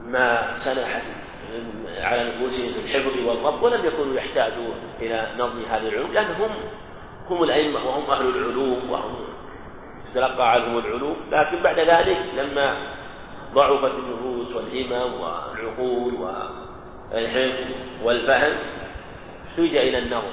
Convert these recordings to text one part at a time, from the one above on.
ما سنحت على نفوسهم في الحفظ والضبط، ولم يكونوا يحتاجوا إلى نظم هذه العلوم، لأنهم هم الأئمة وهم أهل العلوم وهم تتلقى عنهم العلوم. لكن بعد ذلك لما ضعفت النفوس والهمم والعقول والحفظ والفهم احتاج إلى النظم،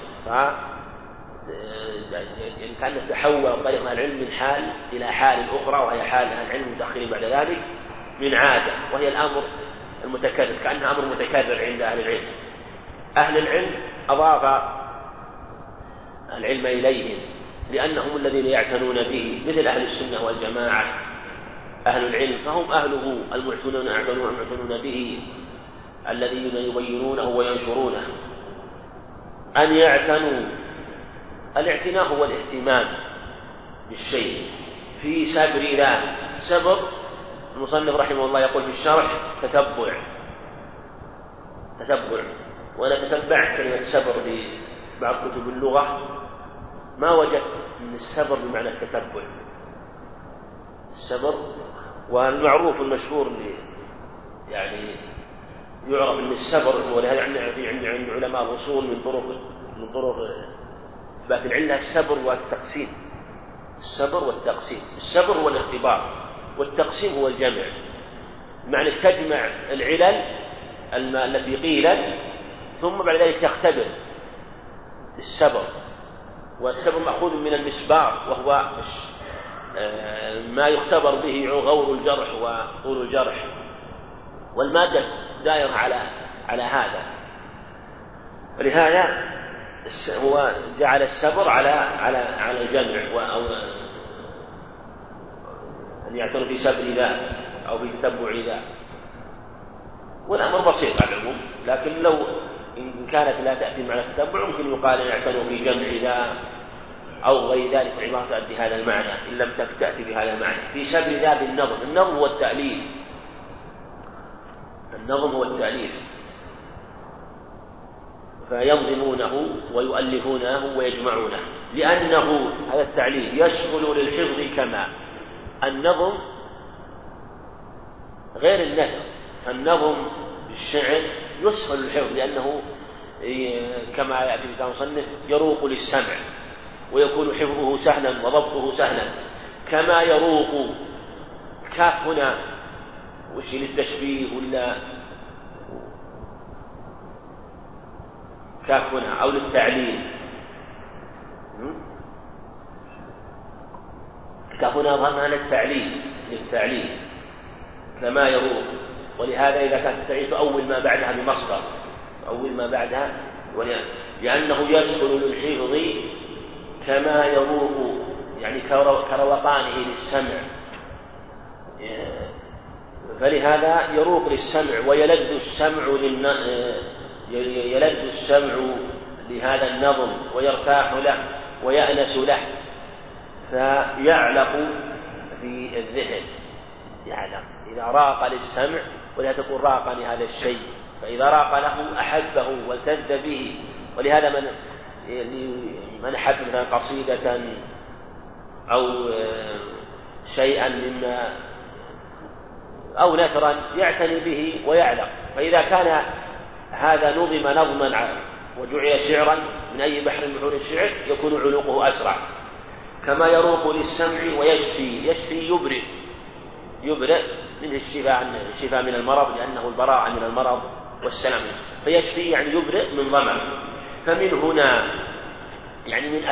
يعني كأنه تحول طريق العلم من حال إلى حال أخرى، وهي حال العلم المتأخرين بعد ذلك من عادة، وهي الأمر المتكرر، كأنه أمر متكرر عند أهل العلم. أهل العلم أضاف العلم إليهم لأنهم الذين يعتنون به، مثل أهل السنة والجماعة. أهل العلم فهم أهله المعتنون به، الذين يبينونه وينشرونه. أن يعتنوا، الاعتناء هو الاهتمام بالشيء في سبر له. سبر المصنف رحمه الله يقول في الشرح تتبع، وأنا تتبعت كلمة سبر ببعض كتب اللغة ما وجدت من السبر بمعنى التتبع. السبر والمعروف المشهور يعني يعرف ان السبر، ولهذا عند علماء الأصول من طرق إثبات العلة السبر والتقسيم. السبر هو الاختبار، والتقسيم هو الجمع، بمعنى تجمع العلل التي قيلت ثم بعد ذلك تختبر السبر. والسبر مأخوذ من المسبار، وهو ما يختبر به غور الجرح وطول الجرح، والمادة دائرة على هذا. ولهذا هو جعل السبر على الجمع، أو أن يعتنوا في سبر ذا أو في تتبع ذا. والأمر بسيط على العموم، لكن لو إن كانت لا تأتي معنى التتبع ممكن يقال أن يعتنوا في جمع ذا أو غير ذلك، عبارة تؤدي هذا المعنى إن لم تأتي بهذا المعنى. في سبر ذا بالنظم، النظم هو التأليف، النظم هو التأليف، فينظمونه ويؤلفونه ويجمعونه، لأنه هذا التعليف يشغل للحفظ. كما النظم غير النثر، فالنظم بالشعر يسهل الحفظ، لأنه كما يأتي في المصنف يروق للسمع ويكون حفظه سهلا وضبطه سهلا. كما يروق، كاف هنا وش للتشبيه ولا كاف هنا أو للتعليل؟ كاف هنا ضمن للتعليل كما يروق. ولهذا إذا كانت التعليل تؤول ما بعدها بمصدر، لأنه يسهل للحفظ كما يروق، يعني كروقانه للسمع، فلهذا يروق للسمع ويلذ السمع لهذا النظم ويرتاح له ويأنس له، فيعلق في الذهن، يعلق إذا راق للسمع، ولا تكون راقا لهذا الشيء، فإذا راق له أحبه والتذ به. ولهذا من أحب مثلا قصيدة أو شيئا مما أو نثرا يعتني به ويعلق، فإذا كان هذا نظم نظما وجعل شعرا من أي بحر من بحور الشعر يكون علوقه أسرع. كما يروق للسمع ويشفي يبرئ منه الشفاء من المرض، لأنه البراءة من المرض والسلام، فيشفي يعني يبرئ من ظمأ. فمن هنا يعني من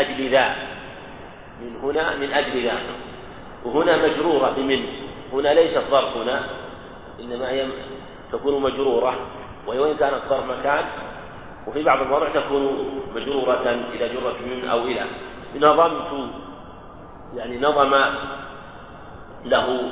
أجل ذا، وهنا مجرورة بمن، هنا ليست ظرف هنا، إنما هي تكون مجرورة، وإن كانت ظرف مكان، وفي بعض المواضع تكون مجرورة إذا جرت من أو إلى. نظمت يعني نظم له،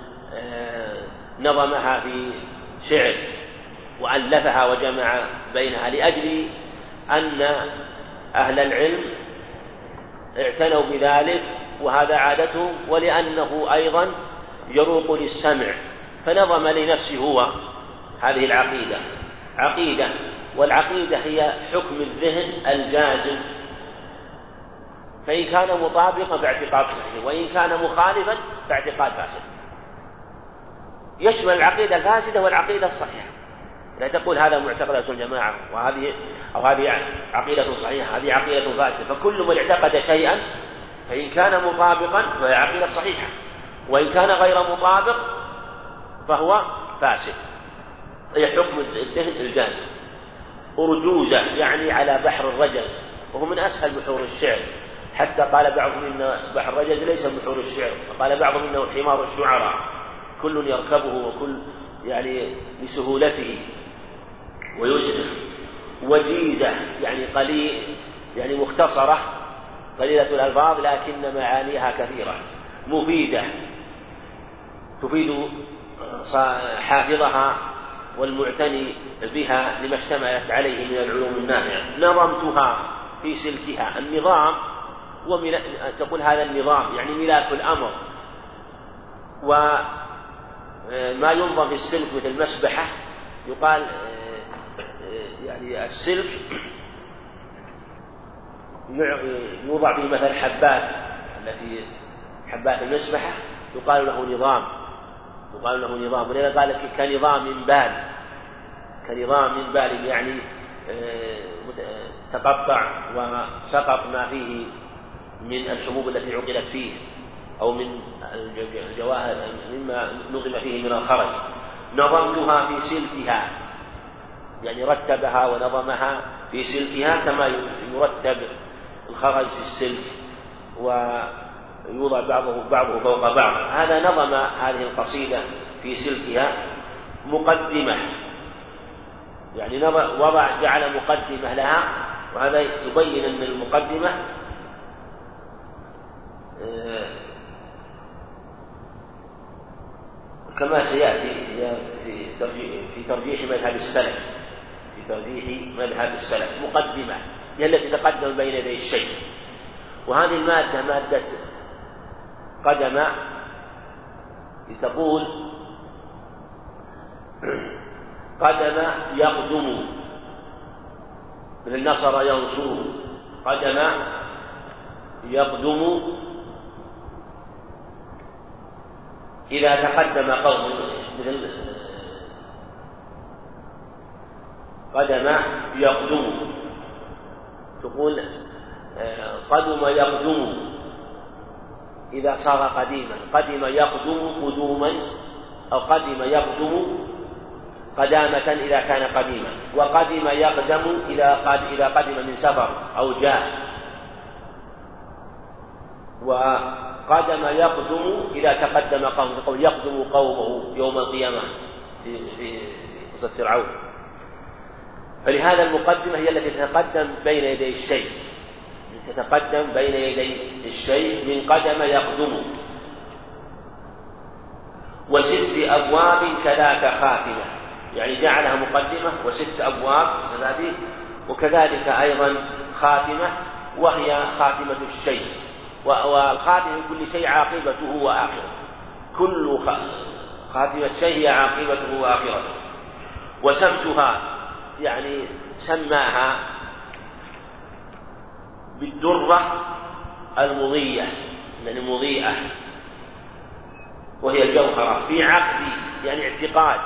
نظمها في شعر وألفها وجمع بينها، لأجل أن أهل العلم اعتنوا بذلك وهذا عادته، ولأنه أيضا يروق للسمع، فنظم لنفسه هو هذه عقيدة، والعقيدة هي حكم الذهن الجازم، فإن كان مطابقا فاعتقاد صحيح، وإن كان مخالفا فاعتقاد فاسد. يشمل العقيدة الفاسدة والعقيدة الصحيحة. لا تقول هذا معتقد أهل الجماعة وهذه عقيدة صحيحة، هذه عقيدة فاسدة. فكل من اعتقد شيئا فإن كان مطابقا فهي عقيدة صحيحة، وإن كان غير مطابق فهو فاسد. هي حكم الدهن الجازم. أرجوزة يعني على بحر الرجز، وهو من أسهل بحور الشعر، حتى قال بعضهم إن بحر الرجز ليس من بحور الشعر، وقال بعضهم إنه حمار الشعراء، كل يركبه وكل يعني لسهولته ويسر. وجيزة يعني قليل، يعني مختصرة قليلة الألفاظ لكن معانيها كثيرة. مفيدة تفيد حافظها والمعتني بها لما اشتملت عليه من العلوم النافعة. نظمتها في سلكها. النظام تقول هذا النظام يعني ملاك الأمر، وما ينظم في السلك مثل المسبحة يقال يعني السلك يوضع فيه مثل حبات، التي حبات المسبحة يقال له نظام، ولذلك قال كنظام بال يعني تقطع وسقط ما فيه من الحبوب التي عقدت فيه أو من الجواهر مما نظم فيه من الخرج. نظمتها في سلكها يعني رتبها ونظمها في سلكها كما يرتب الخرج في السلك ويوضع بعضه فوق بعض. هذا نظم هذه القصيدة في سلكها. مقدمة يعني جعل مقدمة لها، وهذا يبين أن المقدمة كما سيأتي في ترجيح مذهب السلف، مقدمة هي التي تقدم بين يدي الشيء. وهذه المادة مادة قدم، تقول قدم يقدم من نصر ينصر، قدم يقدم إذا تقدم قوم، مثل قدم يقدم، تقول قدم يقدم إذا صار قديما، قدم يقدم قدوما، أو قدم يقدم قدامة إذا كان قديما، وقدم يقدم إذا قدم من سفر أو جاء، وقدم يقدم إذا تقدم قوم، يقدم قومه يوم القيامة في قصة فرعون. فلهذا المقدمة هي التي تتقدم بين يدي الشيء، من قدم يقدم. وست أبواب كذاك خاتمة، يعني جعلها مقدمة وست أبواب وكذلك أيضا خاتمة، وهي خاتمة الشيء، والخاتمة كل شيء عاقبته وآخرته، كل خاتمة شيء هي عاقبته وآخرته. وسمتها يعني سماها بالدرة المضية، يعني مضيئة، وهي الجوهرة في عقد يعني اعتقاد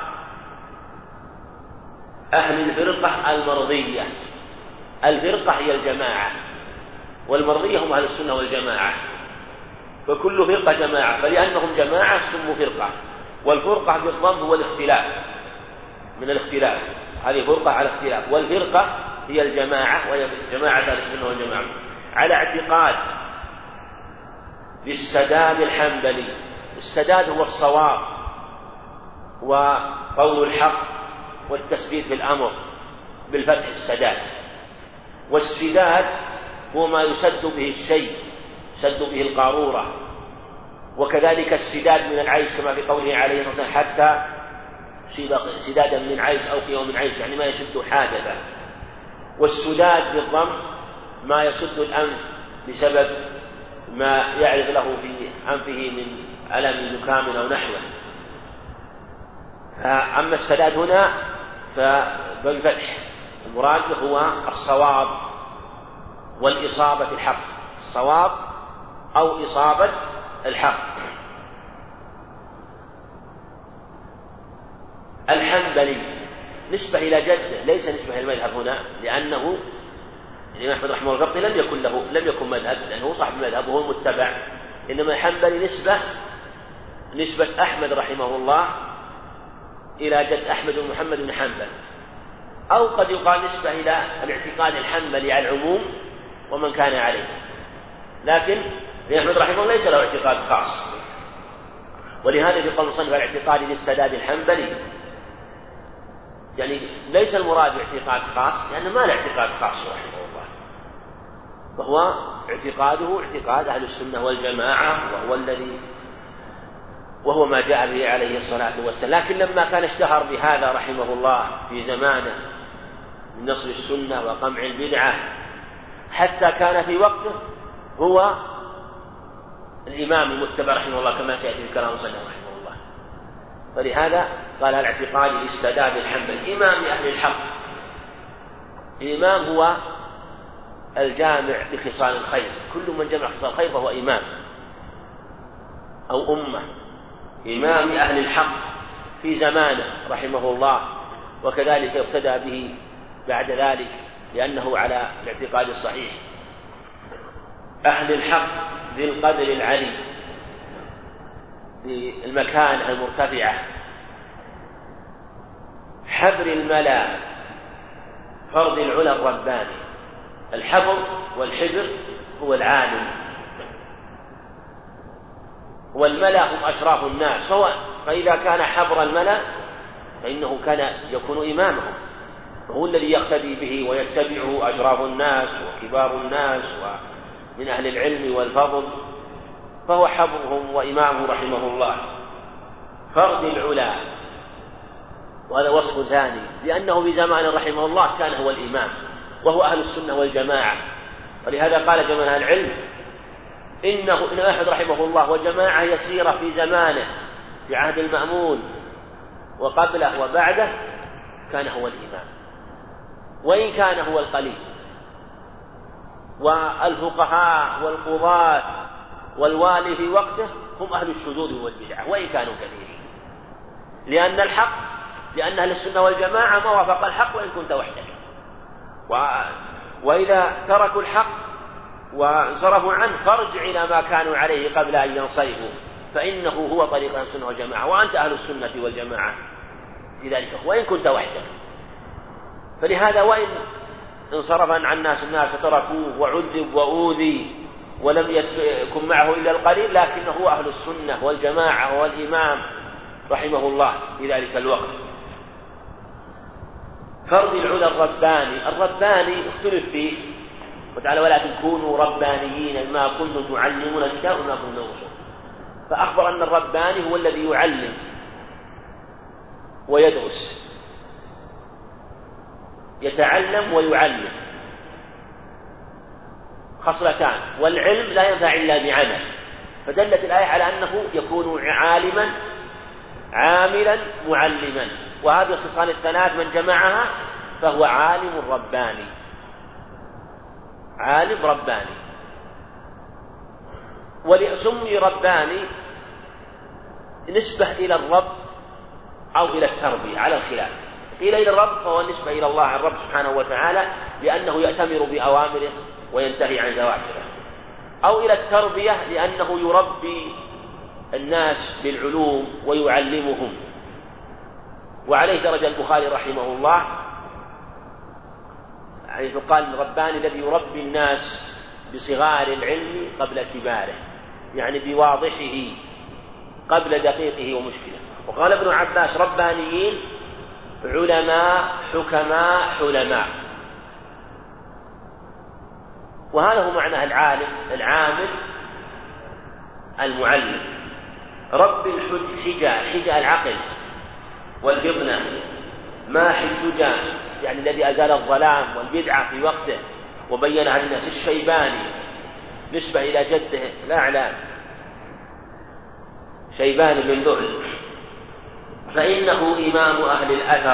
أهل الفرقة المرضية. الفرقة هي الجماعة، والمرضية هم أهل السنة والجماعة، فكل فرقة جماعة، فلأنهم جماعة سموا فرقة. والفرقة بالضم هو الاختلاف، من الاختلاف، هذه فرقة على اختلاف، والفرقة هي الجماعة، وهي جماعة أهل السنة والجماعة على اعتقاد بالسداد الحنبلي. السداد هو الصواب وقول الحق والتثبيت في الأمر بالفتح السداد. والسداد هو ما يسد به الشيء، يسد به القارورة، وكذلك السداد من العيش كما في قوله عليه الصلاة والسلام حتى سدادا من عيش أو قيوم من عيش، يعني ما يسد حادثة. والسداد بالضم ما يسد الأنف بسبب ما يعرض له في أنفه من ألم زكام أو نحوه. أما السداد هنا فبالفتح، المراد هو الصواب والإصابة الحق، الصواب أو إصابة الحق. الحنبلي نسبة إلى جده، ليس نسبة إلى المذهب هنا، لأنه الإمام أحمد رحمه الله الفقي لم يكن مذهب، لأنه صاحب المذهب وهو المتبع، إنما الحنبلي نسبة أحمد رحمه الله إلى جد أحمد بن محمد بن حنبل، أو قد يقال نسبة إلى الاعتقاد الحنبلي على العموم ومن كان عليه، لكن أحمد رحمه الله ليس له اعتقاد خاص، ولهذا يقال المصنف الاعتقاد للسداد الحنبلي، يعني ليس المراد اعتقاد خاص، لأنه ما له اعتقاد خاص رحمه الله، وهو اعتقاده اعتقاد أهل السنة والجماعة، وهو ما جاء به عليه الصلاة والسلام. لكن لما كان اشتهر بهذا رحمه الله في زمانه من نصر السنة وقمع البدعة، حتى كان في وقته هو الإمام المتبع رحمه الله كما سيأتي في كلام صلى رحمه الله، فلهذا قال الاعتقاد للسداد الحنبلي إمام أهل الحق. الإمام هو الجامع لخصال الخير، كل من جمع خصال الخير فهو إمام أو أمة، إمام أهل الحق في زمانه رحمه الله، وكذلك يقتدى به بعد ذلك لأنه على الاعتقاد الصحيح. أهل الحق ذي القدر العلي، بالمكانة المرتفعة، حبر الملا، فرض العلا الرباني. الحبر والحبر هو العالم، والملا هم أشراف الناس، فإذا كان حبر الملا فإنه كان يكون إمامهم، وهو الذي يقتدي به ويتبعه أشراف الناس وكبار الناس ومن أهل العلم والفضل، فهو حبرهم وإمامه رحمه الله. فرض العلا، وهذا وصف ثاني، لأنه في زمان رحمه الله كان هو الإمام، وهو أهل السنة والجماعة، ولهذا قال جماعة العلم إن أحد رحمه الله وجماعة يسيرة في زمانه في عهد المأمون وقبله وبعده كان هو الإمام، وإن كان هو القليل. والفقهاء والقضاة والوالي في وقته هم أهل الشذوذ والبدعة وإن كانوا كثيرين، لأن أهل السنة والجماعة ما وافق الحق وإن كنت وحدك، وإذا تركوا الحق وانصرفوا عنه فارجع إلى ما كانوا عليه قبل أن ينصرفوا، فإنه هو طريق أهل السنة والجماعة، وأنت أهل السنة والجماعة في ذلك وإن كنت وحدك. فلهذا وإن انصرف عن الناس فتركوه وعذب وأوذي ولم يكن معه إلا القليل، لكنه هو أهل السنة والجماعة والإمام رحمه الله في ذلك الوقت. فرض العلا الرباني اختلف فيه، وتعالى ولكن كونوا ربانيين ما كنتم تعلمون الكتاب وما كنتم تدرسون، فأخبر أن الرباني هو الذي يعلم ويدرس، يتعلم ويعلم، خصلتان، والعلم لا ينفع إلا بعمل، فدلت الآية على أنه يكون عالما عاملا معلما، وهذه الخصال الثلاث من جمعها فهو عالم رباني. ولسمي رباني نسبة إلى الرب أو إلى التربية على الخلاف، قيل إلى الرب فهو نسبة إلى الله الرب سبحانه وتعالى لأنه يأتمر بأوامره وينتهي عن زواجره، أو إلى التربية لأنه يربي الناس بالعلوم ويعلمهم. وعليه درج البخاري رحمه الله حيث قال رباني الذي يربي الناس بصغار العلم قبل كباره، يعني بواضحه قبل دقيقه ومشكله. وقال ابن عباس ربانيين علماء حكماء حلماء، وهذا هو معنى العالم العامل المعلم. رب الحجة العقل والفطنة، ماحي الدجى يعني الذي أزال الظلام والبدعة في وقته وبينها للناس. الشيباني نسبة إلى جده الأعلى شيبان بن ذؤل، فإنه إمام أهل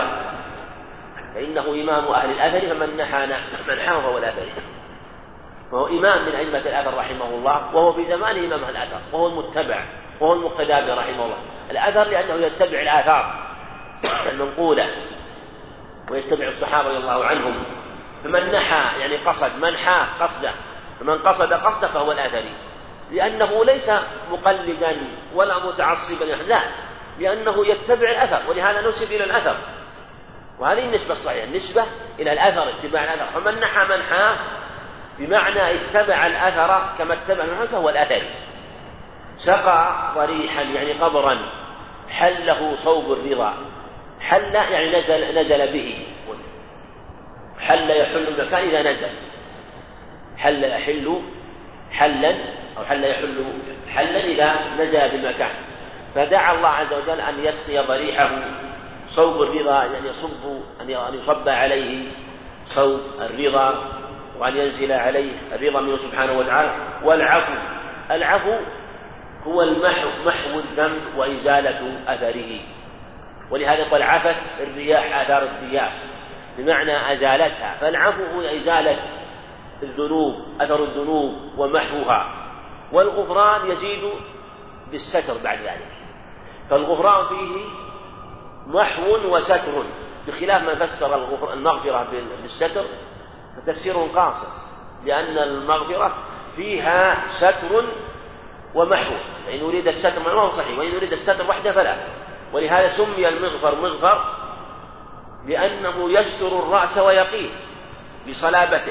الأثر فمن نحاه فهو الأثري، وهو إمام من أئمة الأثر رحمه الله، وهو في زمان إمام الأثر، وهو المتبع وهو المقتدى به رحمه الله. الأثر لأنه يتبع الآثار المنقولة ويتبع الصحابة رضي الله عنهم. فمن نحى يعني قصد، من حاه قصده، فمن قصد قصده فهو الأثري، لأنه ليس مقلدا ولا متعصبا، لا، لأنه يتبع الأثر، ولهذا نسب إلى الأثر، وهذه النسبة الصحيحة، النسبة إلى الأثر، اتباع الأثر. فمن نحى من حاه بمعنى اتبع الأثر كما اتبع من حاه فهو الأثري. سقى ضريحا يعني قبرا، حله صوب الرضا، حل يعني نزل به، حل يحل المكان إذا نزل، حل يحل حلا أو حل يحل حلا إذا نزل بالمكان. فدعا الله عز وجل أن يسقي ضريحه صوب الرضا، يعني أن يصب عليه صوب الرضا، وأن ينزل عليه الرضا منه سبحانه وتعالى. العفو هو محو الذنب وإزالة أثره، ولهذا قال عفت الرياح آثار الرياح، بمعنى أزالتها. فالعفو هو إزالة الذنوب، أثر الذنوب ومحوها. والغفران يزيد بالستر بعد ذلك، فالغفران فيه محو وستر، بخلاف من فسر المغفرة بالستر فتفسير قاصر، لأن المغفرة فيها ستر ومحو، فإن يريد الستر ما هو صحيح، وإن يريد الستر وحده فلا. ولهذا سمي المغفر مغفر لأنه يستر الرأس ويقيه بصلابته.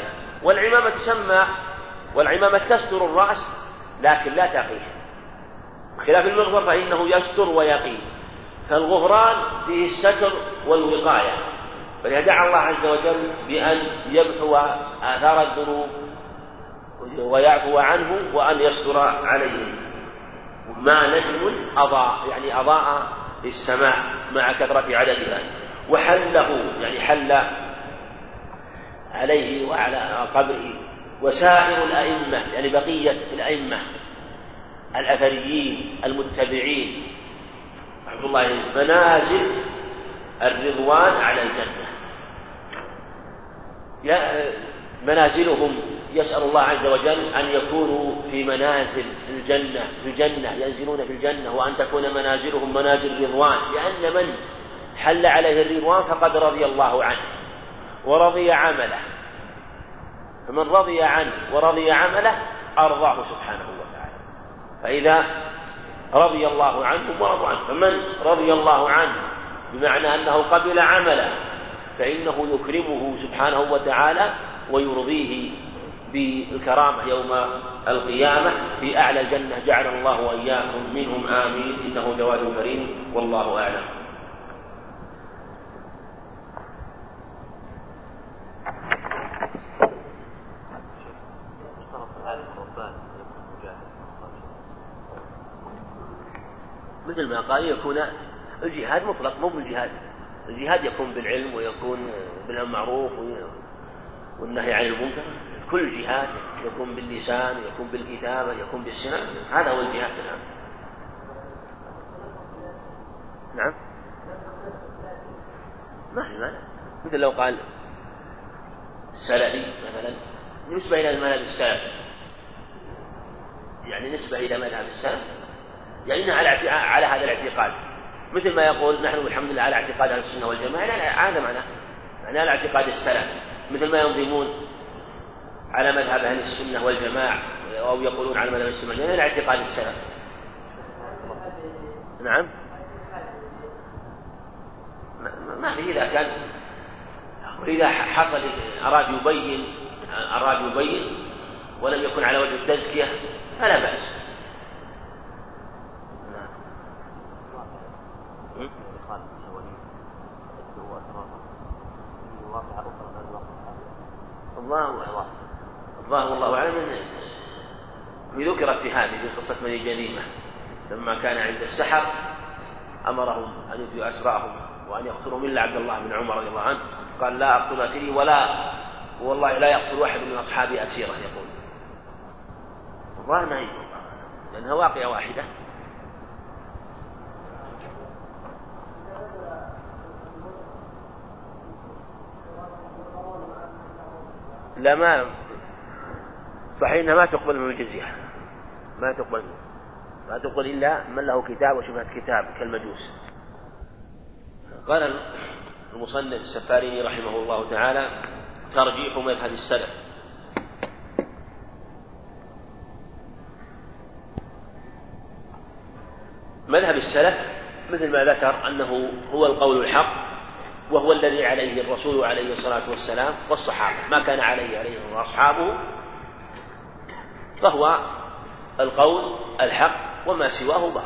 والعمامة تستر الرأس لكن لا تقيه، بخلاف المغفر فإنه يستر ويقيه. فالغفران فيه الستر والوقاية، فلهذا دعا الله عز وجل بأن يمحو آثار الذنوب ويعفو عنه وأن يستر عليه. ما نجم أضاء يعني أضاء السماء مع كثرة عددها. وحله يعني حل عليه وعلى قبره. وسائر الأئمة يعني بقية الأئمة الأثريين المتبعين رحمة الله منازل الرضوان على الجنة، منازلهم يسأل الله عز وجل أن يكونوا في منازل في الجنة ينزلون في الجنة، وأن تكون منازلهم منازل رضوان، لأن من حل عليه الرضوان فقد رضي الله عنه ورضي عمله، فمن رضي عنه ورضي عمله أرضاه سبحانه وتعالى. فإذا رضي الله عنه ورضوا عنه، فمن رضي الله عنه بمعنى أنه قبل عمله فإنه يكرمه سبحانه وتعالى ويرضيه بالكرامة يوم القيامة في أعلى الجنة. جعلنا الله وإياكم منهم آمين، إنه جواد كريم، والله أعلم. مثل ما قال يكون الجهاد مطلق، مو بالجهاد، الجهاد يكون بالعلم ويكون بالمعروف والنهي عن المنكر، كل جهاد يكون باللسان، يكون بالكتابة، يكون بالسنة، هذا هو الجهاد. نعم ما في مانع، مثل لو قال السلفي مثلا نسبة إلى المذهب السلفي، يعني نسبة إلى مذهب السلف، يعني على هذا الاعتقاد، مثل ما يقول نحن الحمد لله على اعتقاد أهل السنة والجماعة، هذا معناه على اعتقاد السلف، مثل ما ينظمون على مذهب أهل السنة والجماعة أو يقولون على مذهب السنة والجماعة على اعتقاد السلف. نعم ما في، إذا كان وإذا حصل أراد يبين ولم يكن على وجه التزكية فلا بأس. الله أعلم. ذكرت في هذه في قصة بني جريمة لما كان عند السحر أمرهم أن يدوا أسراهم وأن يقتلوا إلا عبد الله بن عمر رضي الله عنه، قال لا أقتل أسيري ولا والله لا يقتل واحد من أصحابي أسيرة، يقول الله نعيم لأنها واقعة واحدة. لا ما صحيح إنها ما تقبل من الجزية، ما تقبل إلا من له كتاب وشبهة كتاب كالمجوس. قال المصنف السفاريني رحمه الله تعالى: ترجيح مذهب السلف. مذهب السلف مثل ما ذكر أنه هو القول الحق، وهو الذي عليه الرسول عليه الصلاة والسلام والصحابة، ما كان عليه وأصحابه فهو القول الحق، وما سواه باطل.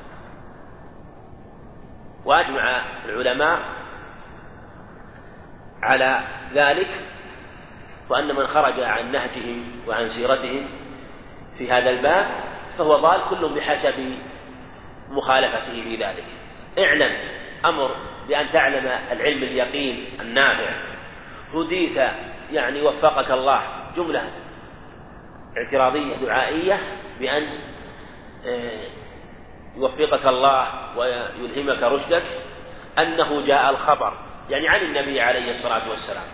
وأجمع العلماء على ذلك، وأن من خرج عن نهجهم وعن سيرتهم في هذا الباب فهو ضال، كل بحسب مخالفته في ذلك. اعلم أمر بأن تعلم العلم اليقين النافع. هديت يعني وفقك الله، جملة اعتراضية دعائية بأن يوفقك الله ويلهمك رشدك، أنه جاء الخبر يعني عن النبي عليه الصلاة والسلام.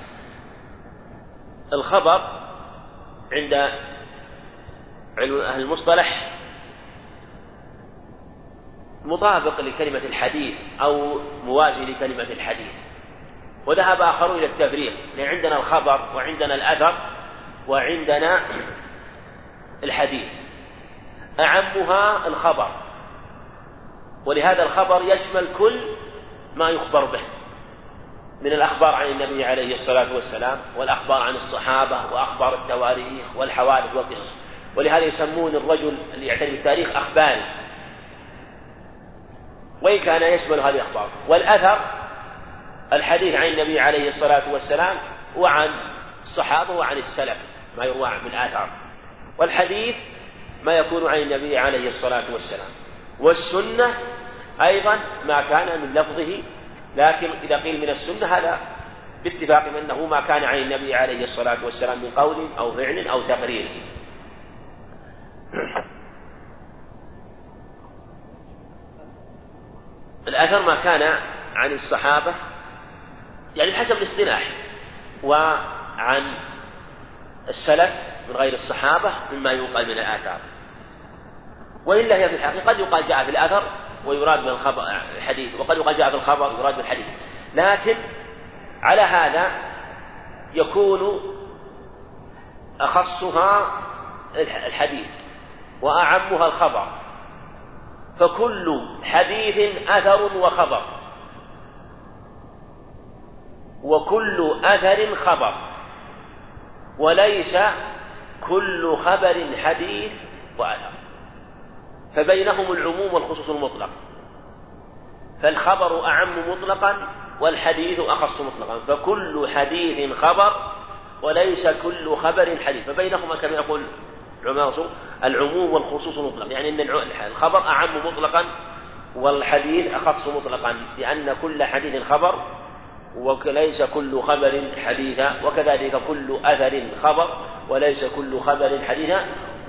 الخبر عند أهل المصطلح مطابق لكلمة الحديث أو موازي لكلمة الحديث، وذهب آخرون إلى التفريق، لأن عندنا الخبر وعندنا الأثر وعندنا الحديث، أعمها الخبر، ولهذا الخبر يشمل كل ما يخبر به من الأخبار عن النبي عليه الصلاة والسلام، والأخبار عن الصحابة، وأخبار التواريخ والحوادث والقصص. ولهذا يسمون الرجل اللي يعتني بالتاريخ أخباري، وإن كان يشمل هذه الأخبار. والأثر الحديث عن النبي عليه الصلاة والسلام وعن الصحابة وعن السلف، ما يروى من آثار. والحديث ما يكون عن النبي عليه الصلاة والسلام. والسنة أيضا ما كان من لفظه، لكن إذا قيل من السنة هذا باتفاق أنه ما كان عن النبي عليه الصلاة والسلام من قول أو فعل أو تقرير. الأثر ما كان عن الصحابة يعني حسب الاصطلاح، وعن السلف من غير الصحابة مما يقال من الآثار. وإلا هي في الحقيقة قد يقال جاء في الأثر ويراد من الخبر الحديث، وقد يقال جاء في الخبر ويراد من الحديث، لكن على هذا يكون أخصها الحديث وأعمها الخبر، فكل حديث أثر وخبر، وكل أثر خبر، وليس كل خبر حديث وأثر، فبينهم العموم والخصوص المطلق، فالخبر أعم مطلقا والحديث أخص مطلقا، فكل حديث خبر وليس كل خبر حديث، فبينهما كما يقول العلماء العموم والخصوص المطلق، يعني أن الخبر أعم مطلقا والحديث أخص مطلقا، لأن كل حديث خبر وليس كل خبر حديثا، وكذلك كل أثر خبر وليس كل خبر حديثا.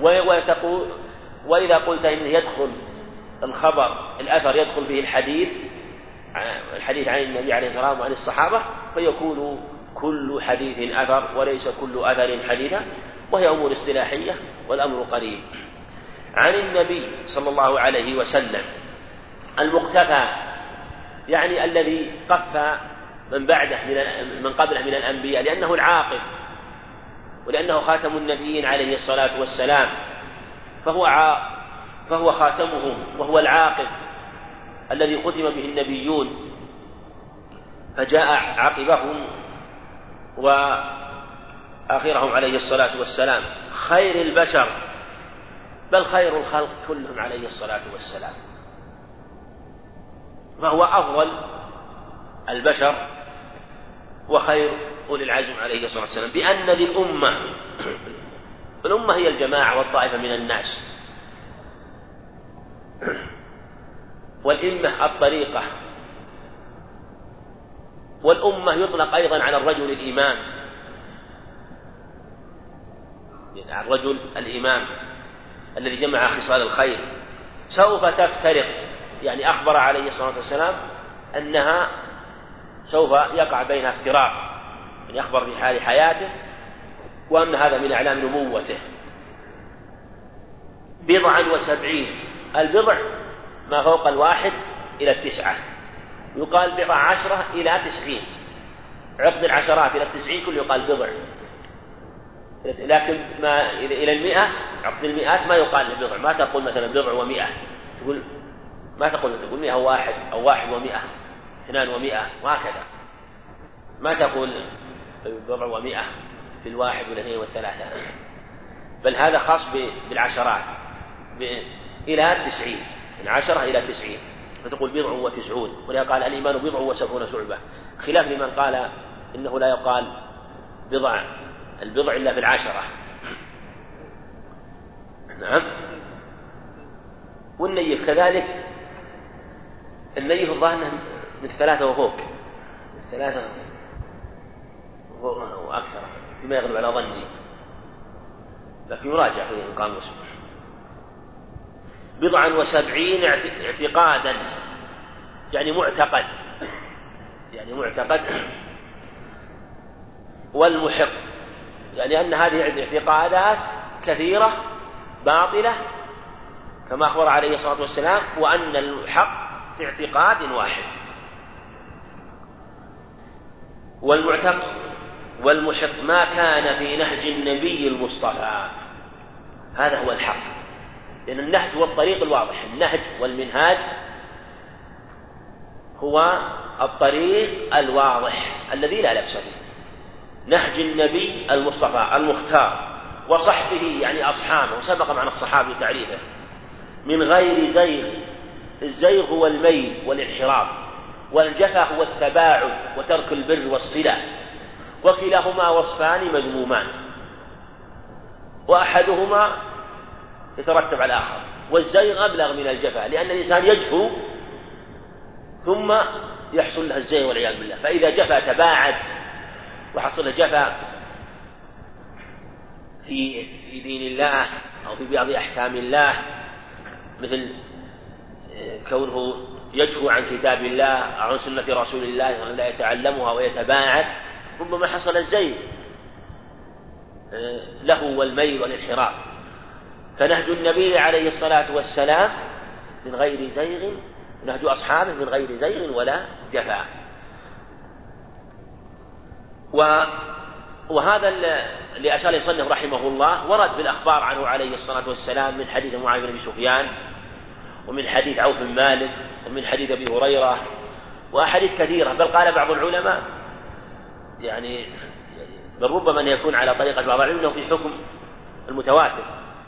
وإذا قلت إن يدخل الخبر الأثر يدخل به الحديث عن النبي عليه الصلاة والسلام وعن الصحابة، فيكون كل حديث أثر وليس كل أثر حديثا، وهي أمور اصطلاحية والأمر قريب. عن النبي صلى الله عليه وسلم المقتفى يعني الذي قفى من بعده من قبله من الأنبياء، لأنه العاقب ولأنه خاتم النبيين عليه الصلاة والسلام، فهو خاتمهم وهو العاقب الذي ختم به النبيون، فجاء عقبهم وآخرهم عليه الصلاة والسلام خير البشر، بل خير الخلق كلهم عليه الصلاة والسلام، فهو أفضل البشر وخير أولي العزم عليه الصلاة والسلام، بأن الأمة هي الجماعة والطائفة من الناس، والإمة الطريقة، والأمة يطلق أيضا على الرجل الإمام، يعني الرجل الإمام الذي جمع خصال الخير. سوف تفترق، يعني أخبر عليه الصلاة والسلام أنها سوف يقع بينها افتراق، يعني يخبر في حال حياته، وأن هذا من أعلام نبوته. 79 البضع ما فوق 1 إلى 9، يقال بضع 10 إلى 90، عقد العشرات إلى 90 كله يقال بضع، لكن ما إلى 100 عقد المئات ما يقال بضع. ما تقول مثلا بضع و100، تقول ما تقول 100 واحد أو 1 و100 2 و100 وهكذا، ما تقول بضع و100 في الواحد والاثنين والثلاثة، بل هذا خاص بالعشرات إلى 90، من 10 إلى 90 فتقول بضع و90. ولهذا قال الإيمان بضع و70 شعبة، خلاف لمن قال إنه لا يقال البضع إلا في العشرة. نعم. والنيف كذلك، النيف الظاهر من 3 وفوق، 3 وأكثر فيما يغلب على ظني، لكن يراجع في القاموس. 70 اعتقادا، يعني معتقد، والمحق، يعني أن هذه اعتقادات كثيرة باطلة كما أخبر عليه الصلاة والسلام، وأن الحق في اعتقاد واحد. والمحق ما كان في نهج النبي المصطفى، هذا هو الحق، لأن النهج هو الطريق الواضح، النهج والمنهاج هو الطريق الواضح الذي لا لبس فيه، نهج النبي المصطفى المختار وصحبه، يعني أصحابه، وسبق معنى الصحابي تعريفه، من غير زيغ. الزيغ هو الميل والانحراف، والجفا هو التباعد وترك البر والصلة، وكلاهما وصفان مذمومان، وأحدهما يترتب على الآخر. والزيغ أبلغ من الجفا، لأن الإنسان يجفو ثم يحصل له الزيغ والعياذ بالله، فإذا جفا تباعد وحصل له جفا في دين الله أو في بعض أحكام الله، مثل كونه يجفو عن كتاب الله أو عن سنة رسول الله لا يتعلمها ويتباعد، ربما حصل الزيغ له والميل والانحراف. فنهج النبي عليه الصلاة والسلام من غير زيغ، نهج أصحابه من غير زيغ ولا جفاء. وهذا اللي أشار يصنف رحمه الله ورد بالأخبار عنه عليه الصلاة والسلام، من حديث معاذ بن أبي سفيان، ومن حديث عوف بن مالك، ومن حديث أبي هريرة، وأحاديث كثيرة. بل قال بعض العلماء يعني بل ربما أن يكون على طريقة بعض العلماء في حكم المتواتر،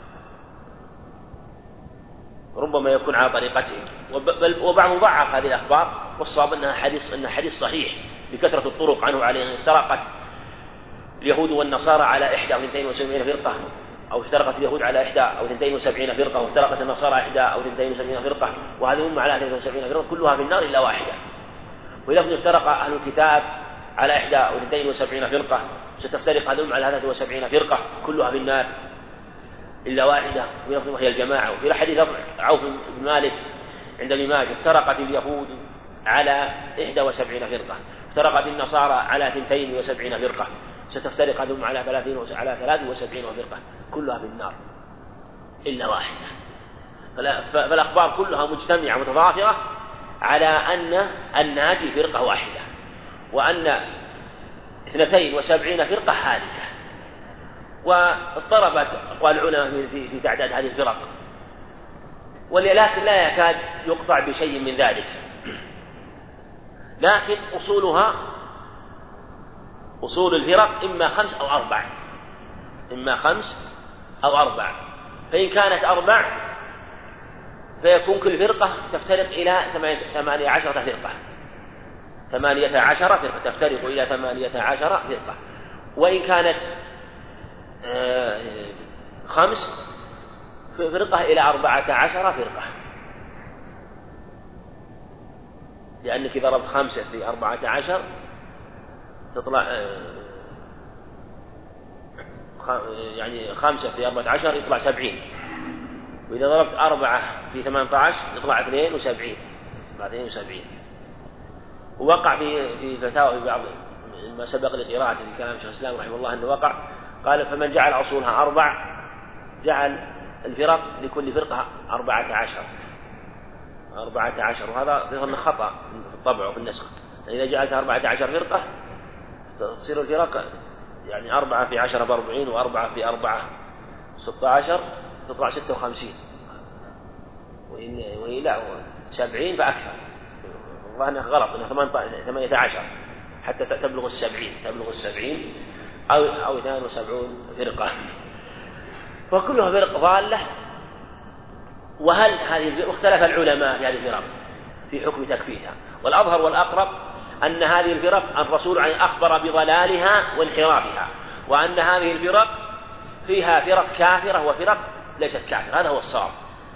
ربما يكون على طريقته، وبعض ضعف هذه الأخبار، والصواب أنها حديث صحيح بكثرة الطرق عنه عليه. افترقت اليهود والنصارى على 71 فرقة، أو افترقت اليهود على 72 فرقة، وافترقت النصارى 72 فرقة، وهذه هم على 72 فرقة كلها في النار إلا واحدة. وإذا افترق أهل الكتاب على 71 فرقة، ستفترق هذه على 73 فرقة كلها في النار إلا واحدة، وهي الجماعة. وفي حديث عوف بن مالك عند ابن ماجه افترقت اليهود على 71 فرقة، افترقت النصارى على 72 فرقة، ستفترق هذهم على 73 فرقة كلها في النار إلا واحدة. فالأخبار كلها مجتمعة متضافرة على أن هذه فرقة واحدة، وأن 72 فرقة هالكة. واضطربت أقوال العلماء في تعداد هذه الفرق، ولكن لا يكاد يقطع بشيء من ذلك. لكن أصول الفرق إما 5 أو 4، فإن كانت 4 فيكون كل فرقة تفترق إلى 18 فرقة، 18 فرقة تفترق إلى 18 فرقة. وإن كانت 5 فرقة إلى 14 فرقة، لأنك إذا ضربت 5 في 14 تطلع يعني 5 في 14 يطلع 70، وإذا ضربت 4 في 18 يطلع 72. ووقع في فتاوى في بعض ما سبق لقراءته في كلام شيخ الإسلام رحمه الله أنه وقع قال: فمن جعل أصولها 4 جعل الفرق لكل فرقة 14، 14 وهذا ظن خطأ في الطبع وفي النسخ. إذا جعلتها 14 فرقة تصير الفرق يعني 4 في 10 ب40 و4 في 4 16 تطلع 56 وهي لا 70 فأكثر. والله غلط إنها 18 حتى تبلغ 70 أو 72 فرقة، فكلها فرق ضالة. وهل هذه الفرق اختلف العلماء في هذه الفرق في حكم تكفيرها، والأظهر والأقرب أن هذه الفرق الرسول أخبر بضلالها وانحرافها، وأن هذه الفرق فيها فرق كافرة وفرق ليست كافرة. هذا هو الصواب،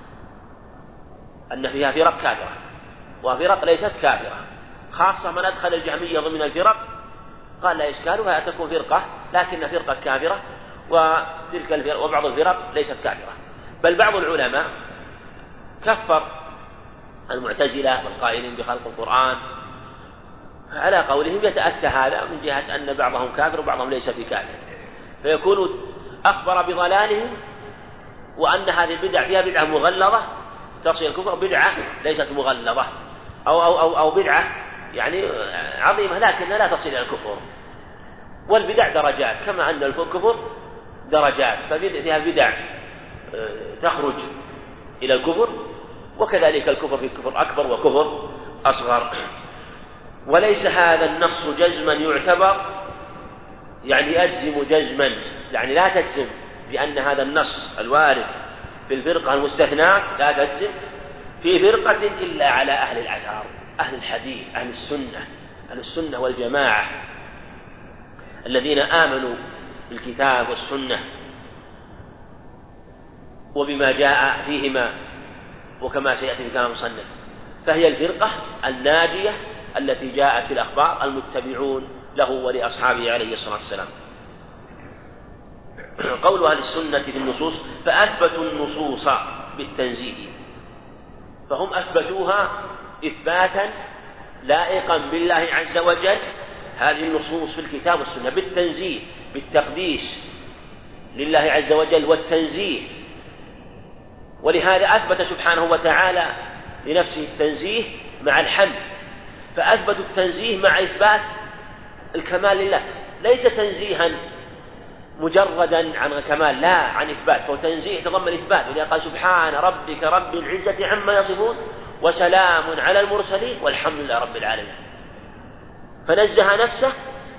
أن فيها فرق كافرة وفرق ليست كافرة، خاصة من أدخل الجهمية ضمن الفرق قال لا إشكال فلا تكون فرقة لكن فرقة كافرة وتلك الفرق وبعض الفرق ليست كافرة. بل بعض العلماء كفر المعتزلة والقائلين بخلق القرآن على قولهم يتأتى هذا من جهة أن بعضهم كافر وبعضهم ليس بكافر، فيكون أخبر بضلالهم وأن هذه البدع فيها بدعة مغلظة تصل الكفر، بدعة ليست مغلظة أو بدعة يعني عظيمة لكن لا تصل إلى الكفر. والبدع درجات كما أن الكفر درجات، ففيها بدع تخرج إلى الكفر، وكذلك الكفر في كفر أكبر وكفر أصغر. وليس هذا النص جزما يعتبر يعني أجزم جزما، يعني لا تجزم بأن هذا النص الوارد في الفرقة المستثناة لا تجزم في فرقة إلا على أهل الأثار، أهل الحديث، أهل السنة والجماعة الذين آمنوا بالكتاب والسنة وبما جاء فيهما وكما سيأتي في كلام المصنف، فهي الفرقة الناجية التي جاءت في الأخبار المتبعون له ولأصحابه عليه الصلاة والسلام. قول أهل السنة في النصوص فأثبتوا النصوص بالتنزيه، فهم أثبتوها إثباتا لائقا بالله عز وجل، هذه النصوص في الكتاب والسنة بالتنزيه بالتقديس لله عز وجل والتنزيه، ولهذا أثبت سبحانه وتعالى لنفسه التنزيه مع الحمد، فأثبتوا التنزيه مع إثبات الكمال لله، ليس تنزيها مجردا عن الكمال، لا عن إثبات، فهو تنزيه يتضمن إثبات. ولذلك قال سبحان ربك رب العزة عما يصفون وسلام على المرسلين والحمد لله رب العالمين، فنزه نفسه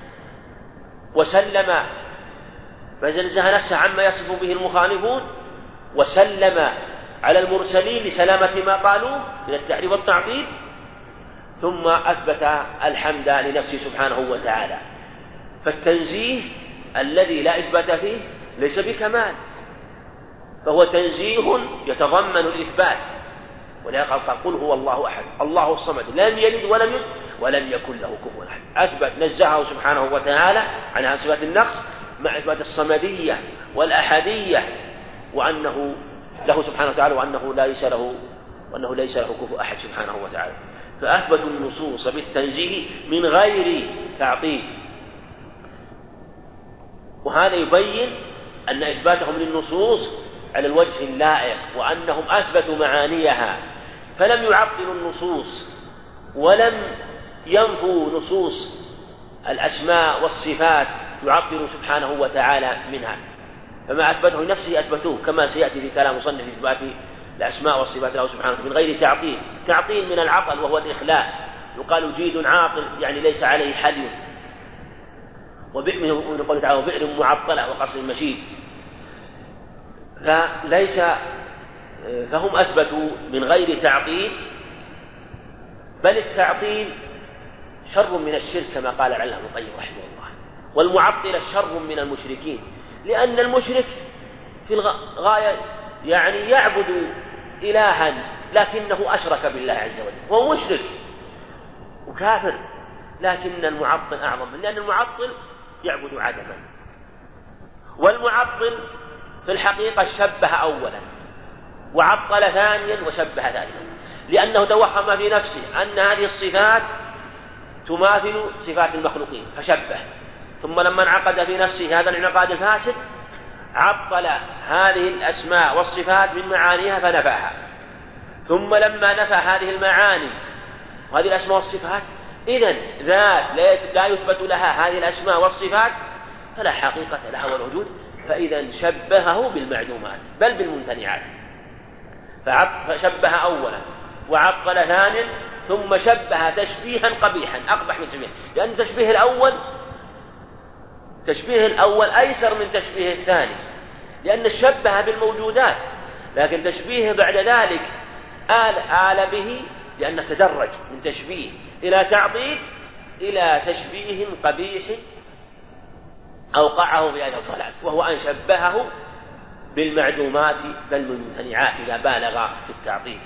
وسلم، فنزه نفسه عما يصف به المخالفون وسلم على المرسلين لسلامة ما قالوا من التحريف والتعطيل، ثم أثبت الحمد لنفسه سبحانه وتعالى. فالتنزيه الذي لا إثبات فيه ليس بكمال، فهو تنزيه يتضمن الإثبات. ولهذا قال قل هو الله أحد الله الصمد لم يلد ولم يولد ولم يكن له كفوا أحد، أثبت نزهه سبحانه وتعالى عن صفات النقص مع إثبات الصمدية والأحدية، وأنه له سبحانه وتعالى وأنه ليس له كفوا أحد سبحانه وتعالى. فأثبتوا النصوص بالتنزيه من غير تعطيل، وهذا يبين أن إثباتهم للنصوص على الوجه اللائق، وأنهم أثبتوا معانيها فلم يعطلوا النصوص ولم ينفوا نصوص الأسماء والصفات يعطل سبحانه وتعالى منها، فما أثبته لنفسه أثبتوه كما سيأتي في كلام مصنف في إثبات الأسماء والصفات له سبحانه من غير تعطيل من العطل وهو الإخلاء، يقال جيد عاطل يعني ليس عليه حلي، وبئر قوله تعالى وبئر معطلة وقصر مشيد، فهم أثبتوا من غير تعطيل، بل التعطيل شر من الشرك كما قال العلامة ابن القيم رحمه الله، والمعطل شر من المشركين، لأن المشرك في الغاية يعني يعبد إلها لكنه أشرك بالله عز وجل، هو مشرك وكافر، لكن المعطل أعظم، لأن المعطل يعبد عدما، والمعطل في الحقيقة شبه أولا وعطل ثانيا وشبه ثالثا، لأنه توهم في نفسه أن هذه الصفات تماثل صفات المخلوقين فشبه، ثم لما انعقد في نفسه هذا الانعقاد الفاسد عطل هذه الأسماء والصفات من معانيها فنفاها، ثم لما نفى هذه المعاني وهذه الأسماء والصفات إذن ذات لا يثبت لها هذه الأسماء والصفات فلا حقيقة لها والوجود، فإذا شبهه بالمعدومات بل بالممتنعات، فشبه أولا وعطل ثانيا ثم شبه تشبيها قبيحا أقبح من تشبيه، لأن تشبيه الأول أيسر من تشبيه الثاني، لأن شبه بالموجودات، لكن تشبيه بعد ذلك آل به، لأنه تدرج من تشبيه إلى تعطيل إلى تشبيه قبيح أوقعه في هذا الضلال، وهو أن شبهه بالمعدومات بل بالممتنعات إذا بالغ في التعطيل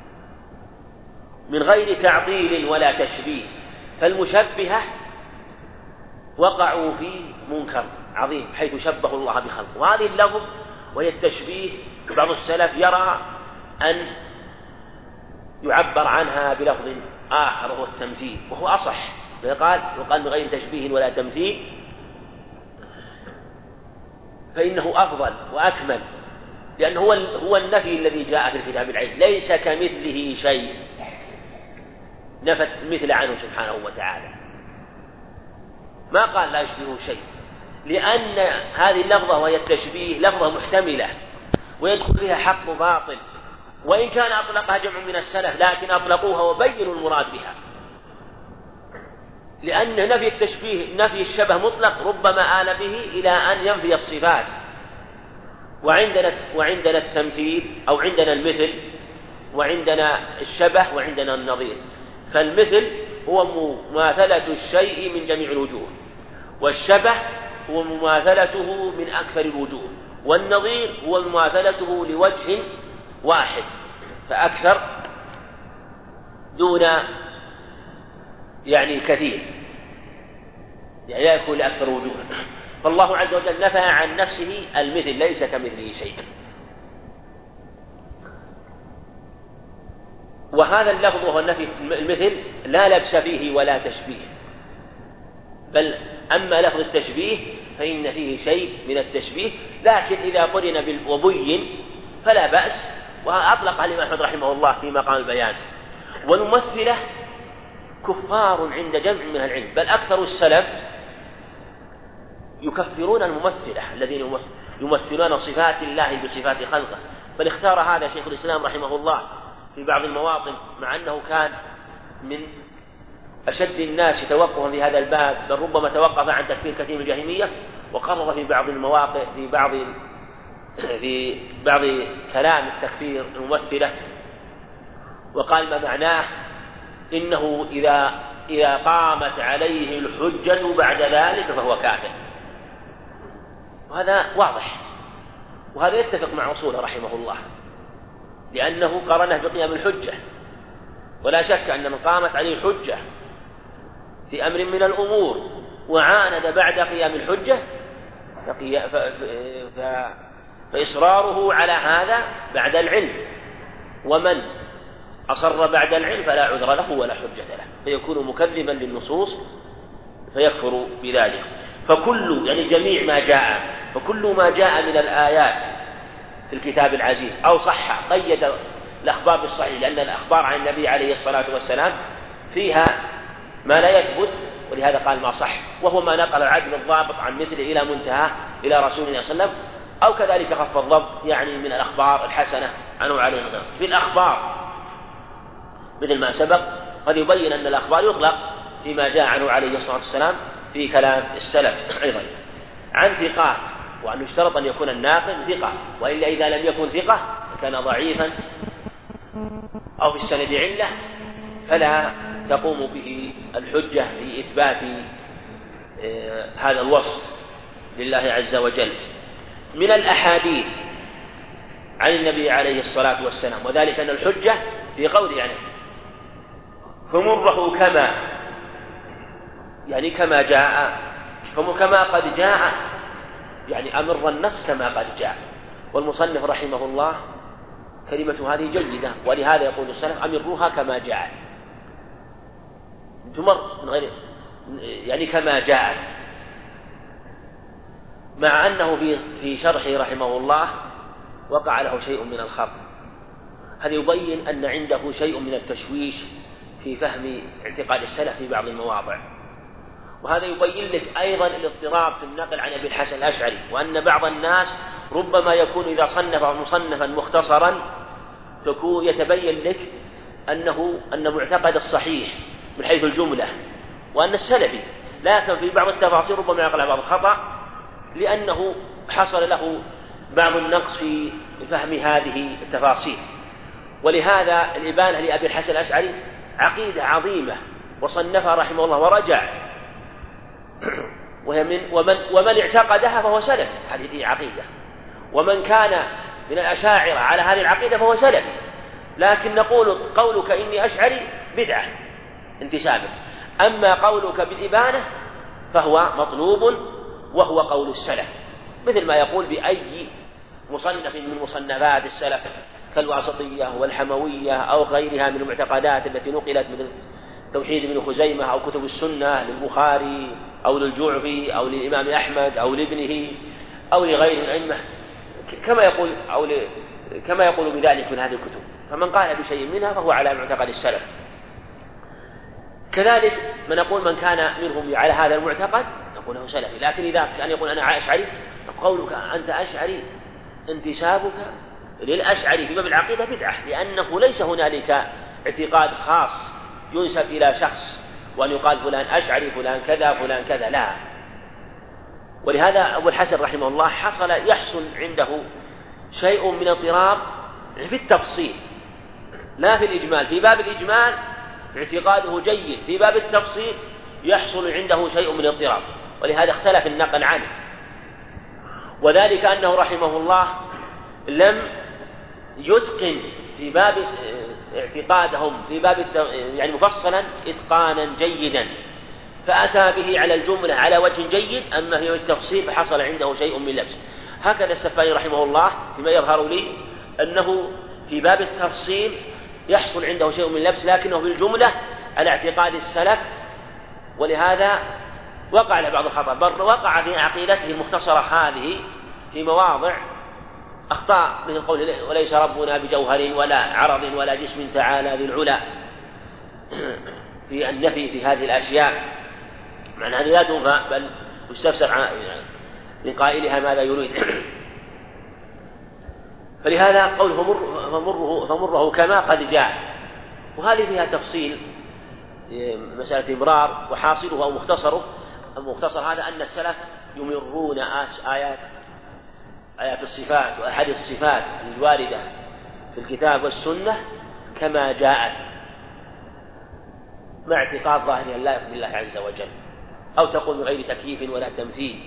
من غير تعطيل ولا تشبيه. فالمشبهة وقعوا في منكر عظيم حيث شبهوا الله بخلقه، وهذه اللفظ وهي التشبيه بعض السلف يرى أن يعبر عنها بلفظ آخر وهو التمثيل، وهو أصح، يقال من غير تشبيه ولا تمثيل، فإنه أفضل وأكمل، لأنه هو النفي الذي جاء في الكتاب العزيز، ليس كمثله شيء، نفت مثل عنه سبحانه وتعالى، ما قال لا يشبهه شيء، لأن هذه اللفظة وهي التشبيه لفظة محتملة ويدخل فيها حق وباطل، وإن كان أطلقها جمع من السلف لكن أطلقوها وبينوا المراد بها، لأن نفي التشبيه نفي الشبه مطلق ربما آل به إلى أن ينفي الصفات، وعندنا التمثيل أو عندنا المثل وعندنا الشبه وعندنا النظير. فالمثل هو مماثلة الشيء من جميع الوجوه، والشبه هو مماثلته من أكثر الوجوه، والنظير هو مماثلته لوجه واحد فأكثر دون يعني كثير، يعني لا يكون لأكثر وجوه. فالله عز وجل نفى عن نفسه المثل، ليس كمثله شيء. وهذا اللفظ وهو النفي المثل لا لبس فيه ولا تشبيه، بل أما لفظ التشبيه فإن فيه شيء من التشبيه، لكن إذا قرن وبين فلا بأس، وأطلق عليه أحمد رحمه الله في مقام البيان. والممثلة كفار عند جمع من العلم، بل أكثر السلف يكفرون الممثلة الذين يمثلون صفات الله بصفات خلقه، بل اختار هذا شيخ الإسلام رحمه الله في بعض المواطن، مع أنه كان من أشد الناس توقفا في هذا الباب، بل ربما توقف عن تكفير كثير من الجهمية، وقرر في بعض المواقع في بعض كلام التكفير الممثلة، وقال ما معناه إنه إذا قامت عليه الحجة بعد ذلك فهو كافر. وهذا واضح، وهذا يتفق مع أصوله رحمه الله، لأنه قرنه بقيام الحجة، ولا شك أن من قامت عليه الحجة في أمر من الأمور وعاند بعد قيام الحجة فإصراره على هذا بعد العلم، ومن أصر بعد العلم فلا عذر له ولا حجة له، فيكون مكذبا للنصوص فيكفر بذلك. يعني جميع ما جاء، فكل ما جاء من الآيات في الكتاب العزيز أو صح، قيد الأخبار بالصحيح، لأن الأخبار عن النبي عليه الصلاة والسلام فيها ما لا يثبت، ولهذا قال ما صح، وهو ما نقل العدل الضابط عن مثله إلى منتهى إلى رسول الله صلى الله عليه وسلم، أو كذلك خف الضبط يعني من الأخبار الحسنة عنه عليه الصلاة والسلام. في الأخبار مثل ما سبق قد يبين أن الأخبار يطلق فيما جاء عنه عليه الصلاة والسلام في كلام السلف أيضا عن ثقات، وأن يشترط أن يكون الناقل ثقة، وإلا إذا لم يكن ثقة كان ضعيفا أو في السند علة فلا تقوم به الحجة في إثبات هذا الوصف لله عز وجل. من الأحاديث عن النبي عليه الصلاة والسلام، وذلك أن الحجة في قوله يعني فمره كما جاء، كما قد جاء، يعني أمر النص كما قد جاء. والمصنف رحمه الله كلمة هذه جيدة، ولهذا يقول السلف أمروها كما جاء، تمر من غير يعني كما جاء، مع أنه في شرحه رحمه الله وقع له شيء من الخط. هذا يبين أن عنده شيء من التشويش في فهم اعتقاد السلف في بعض المواضع. وهذا يبين لك أيضا الاضطراب في النقل عن أبي الحسن الأشعري، وأن بعض الناس ربما يكون إذا صنف مصنفا مختصرا يتبين لك أن معتقد الصحيح من حيث الجملة وأن السلفي، لكن في بعض التفاصيل ربما يقع بعض الخطأ لأنه حصل له بعض النقص في فهم هذه التفاصيل. ولهذا الإبانة لأبي الحسن الأشعري عقيدة عظيمة وصنفها رحمه الله ورجع، ومن اعتقدها فهو سلف، هذه عقيدة، ومن كان من الأشاعرة على هذه العقيدة فهو سلف. لكن نقول قولك إني أشعري بدعة انتسابك، أما قولك بالإبانة فهو مطلوب وهو قول السلف، مثل ما يقول بأي مصنف من مصنفات السلف كالواسطية والحموية أو غيرها من المعتقدات التي نقلت مثل توحيد ابن خزيمة أو كتب السنة للبخاري أو للجعفي أو للإمام أحمد أو لابنه أو لغير الأئمة، كما يقول بذلك من هذه الكتب. فمن قال بشيء منها فهو على معتقد السلف. كذلك من كان منهم على هذا المعتقد نقول له سلفي. لكن إذا كان يقول أنا أشعري، قولك أنت أشعري انتسابك للأشعري في باب العقيدة بدعة، لأنه ليس هنالك اعتقاد خاص ينسب إلى شخص وأن يقال فلان أشعري فلان كذا فلان كذا، لا. ولهذا أبو الحسن رحمه الله يحصل عنده شيء من اضطراب في التفصيل لا في الإجمال. في باب الإجمال اعتقاده جيد، في باب التفصيل يحصل عنده شيء من اضطراب، ولهذا اختلف النقل عنه. وذلك أنه رحمه الله لم يتقن في باب اعتقادهم في باب يعني مفصلا إتقانا جيدا، فأتى به على الجملة على وجه جيد، أما في التفصيل فحصل عنده شيء من لبس. هكذا السفاري رحمه الله فيما يظهر لي أنه في باب التفصيل يحصل عنده شيء من لبس، لكنه في الجملة على اعتقاد السلف، ولهذا وقع له بعض الخطأ، بل وقع في عقيدته المختصرة هذه في مواضع أخطاء، مثل قول وليس ربنا بجوهر ولا عرض ولا جسم تعالى ذي العلا في النفي في هذه الأشياء، معنى هذه لا تنفى بل يستفسر من قائلها ماذا يريد. فلهذا قوله فمره كما قد جاء، وهذه فيها تفصيل مسألة إمرار، وحاصله أو مختصر هذا أن السلف يمرون آيات الصفات وأحاديث الصفات الواردة في الكتاب والسنة كما جاءت، مع اعتقاد ظاهرها لا يقبل الله عز وجل، أو تقول بغير تكييف ولا تمثيل.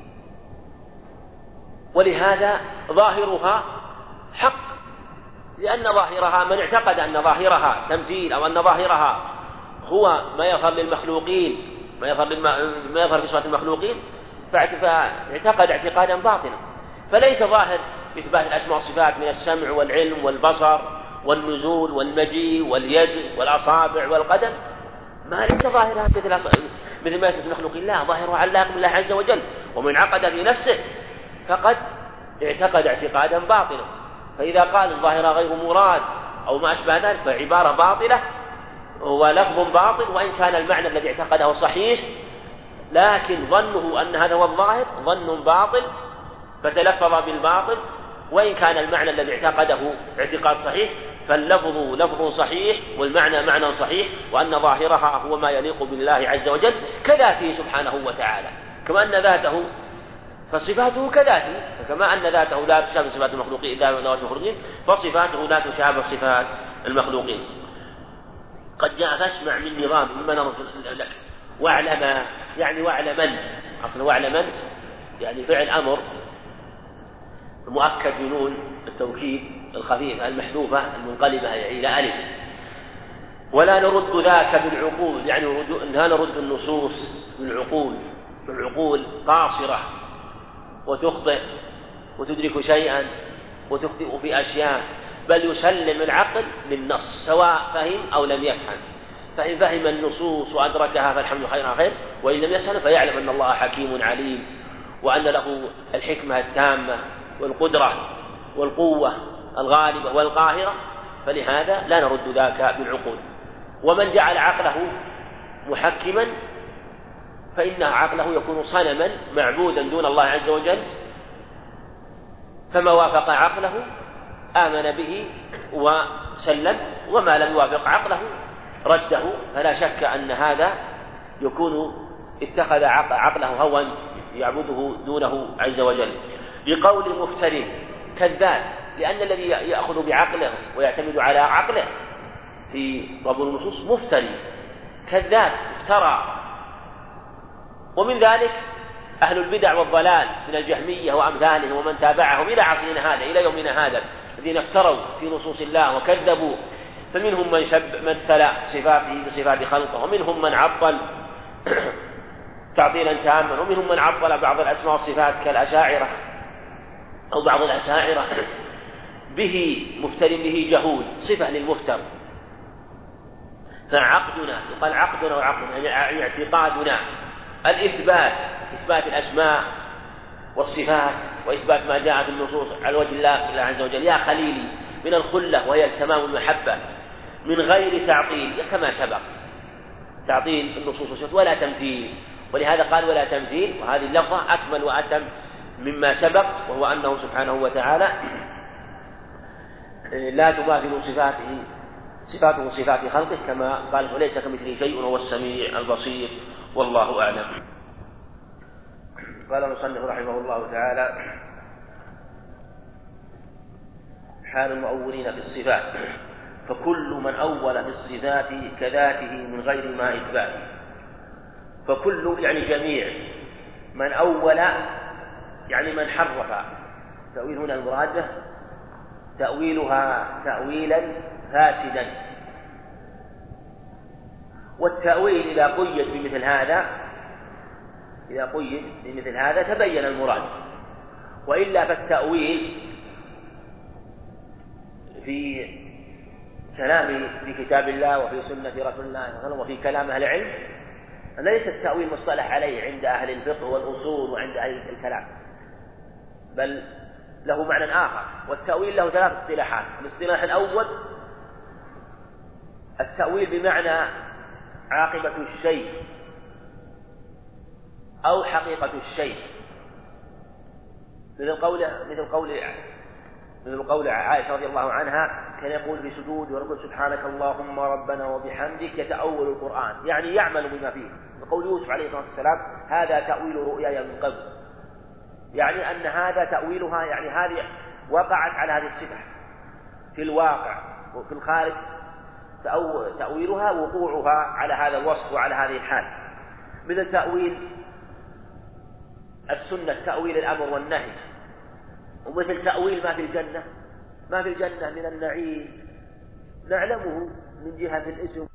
ولهذا ظاهرها حق، لأن ظاهرها من اعتقد أن ظاهرها تمثيل أو أن ظاهرها هو ما يظهر للمخلوقين ما يظهر في صفات المخلوقين فاعتقد اعتقادا باطلا. فليس ظاهر إثبات الأسماء والصفات من السمع والعلم والبصر والنزول والمجيء واليد والأصابع والقدم، ما ليس ظاهرها مثل ما يثبت المخلوقين، لا، ظاهرها علاق بالله عز وجل. ومن عقد في نفسه فقد اعتقد اعتقادا باطلا. فإذا قال الظاهرة غير مراد أو ما أشبه ذلك فعبارة باطلة ولفظ باطل، وإن كان المعنى الذي اعتقده صحيح، لكن ظنه أن هذا هو الظاهر ظن باطل فتلفظ بالباطل، وإن كان المعنى الذي اعتقده اعتقاد صحيح فاللفظ لفظ صحيح والمعنى معنى صحيح، وأن ظاهرها هو ما يليق بالله عز وجل كذاته سبحانه وتعالى، كما أن ذاته فصفاته كذاته، فكما أن ذاته لا تشابه صفات المخلوقين فصفاته لا تشابه صفات المخلوقين. قد جاء فاسمع من نظام مما نرد لك واعلم، يعني واعلمن، أصل واعلمن يعني فعل أمر مؤكد بنون التوكيد الخفيفة المحذوفة المنقلبة إلى ألف. ولا نرد ذاك بالعقول، يعني لا نرد النصوص بالعقول قاصرة وتخطئ وتدرك شيئا وتخطئ في أشياء، بل يسلم العقل للنص سواء فهم أو لم يفهم. فإن فهم النصوص وأدركها فالحمد خير خير، وإن لم يسلم فيعلم أن الله حكيم عليم، وأن له الحكمة التامة والقدرة والقوة الغالبة والقاهرة، فلهذا لا نرد ذاك بالعقول. ومن جعل عقله محكما فإن عقله يكون صنما معبودا دون الله عز وجل، فما وافق عقله آمن به وسلم، وما لم يوافق عقله رده. فلا شك أن هذا يكون اتخذ عقله هوى يعبده دونه عز وجل. لقول مفتر كذاب، لأن الذي يأخذ بعقله ويعتمد على عقله في ضبط النصوص مفتري كذاب افترى. ومن ذلك أهل البدع والضلال من الجهمية وأمثالهم ومن تابعهم إلى عصرنا هذا إلى يومنا هذا، الذين افتروا في نصوص الله وكذبوا. فمنهم من مثل صفاته بصفات خلقه، ومنهم من عطل تعطيلا تاما، ومنهم من عطل بعض الأسماء والصفات كالأشاعرة أو بعض الأشاعرة. به مفتر به جهود، صفة للمفتر. فعقدنا يقال عقدنا وعقدنا يعني اعتقادنا الإثبات، إثبات الأسماء والصفات وإثبات ما جاء في النصوص على وجه الله عز وجل يا خليلي من الخلة وهي التمام المحبة، من غير تعطيل كما سبق، تعطيل النصوص ولا تمثيل. ولهذا قال ولا تمثيل، وهذه اللفظة أكمل وأتم مما سبق، وهو أنه سبحانه وتعالى لا تماثل صفاته صفات خلقه، كما قال وليس كمثله شيء وهو السميع البصير والله أعلم. قال المصنف رحمه الله تعالى حال المؤولين في الصفات. فكل من أول في الصفات كذاته من غير ما إثبات. فكل يعني جميع، من أول يعني من حرف. تأويل هنا المراد تأويلها تأويلا فاسدا، والتأويل إذا قيد بمثل هذا تبين المراد. وإلا فالتأويل في كلام في كتاب الله وفي سنة رسول الله صلى الله عليه وسلم وفي كلام أهل العلم ليس التأويل مصطلح عليه عند أهل الفقه والأصول وعند أهل الكلام، بل له معنى آخر. والتأويل له ثلاث اصطلاحات. الاصطلاح الأول التأويل بمعنى عاقبة الشيء أو حقيقة الشيء، مثل قول عائشة رضي الله عنها كان يقول في سجود ويقول سبحانك اللهم ربنا وبحمدك يتأول القرآن، يعني يعمل بما فيه. وقول يوسف عليه الصلاة والسلام هذا تأويل رؤياي من قبل، يعني أن هذا تأويلها، يعني هذه وقعت على هذه الصفة في الواقع وفي الخارج، تأويلها وقوعها على هذا الوصف وعلى هذه الحال. مثل تأويل السنة تأويل الأمر والنهي، ومثل تأويل ما في الجنة من النعيم نعلمه من جهة الاسم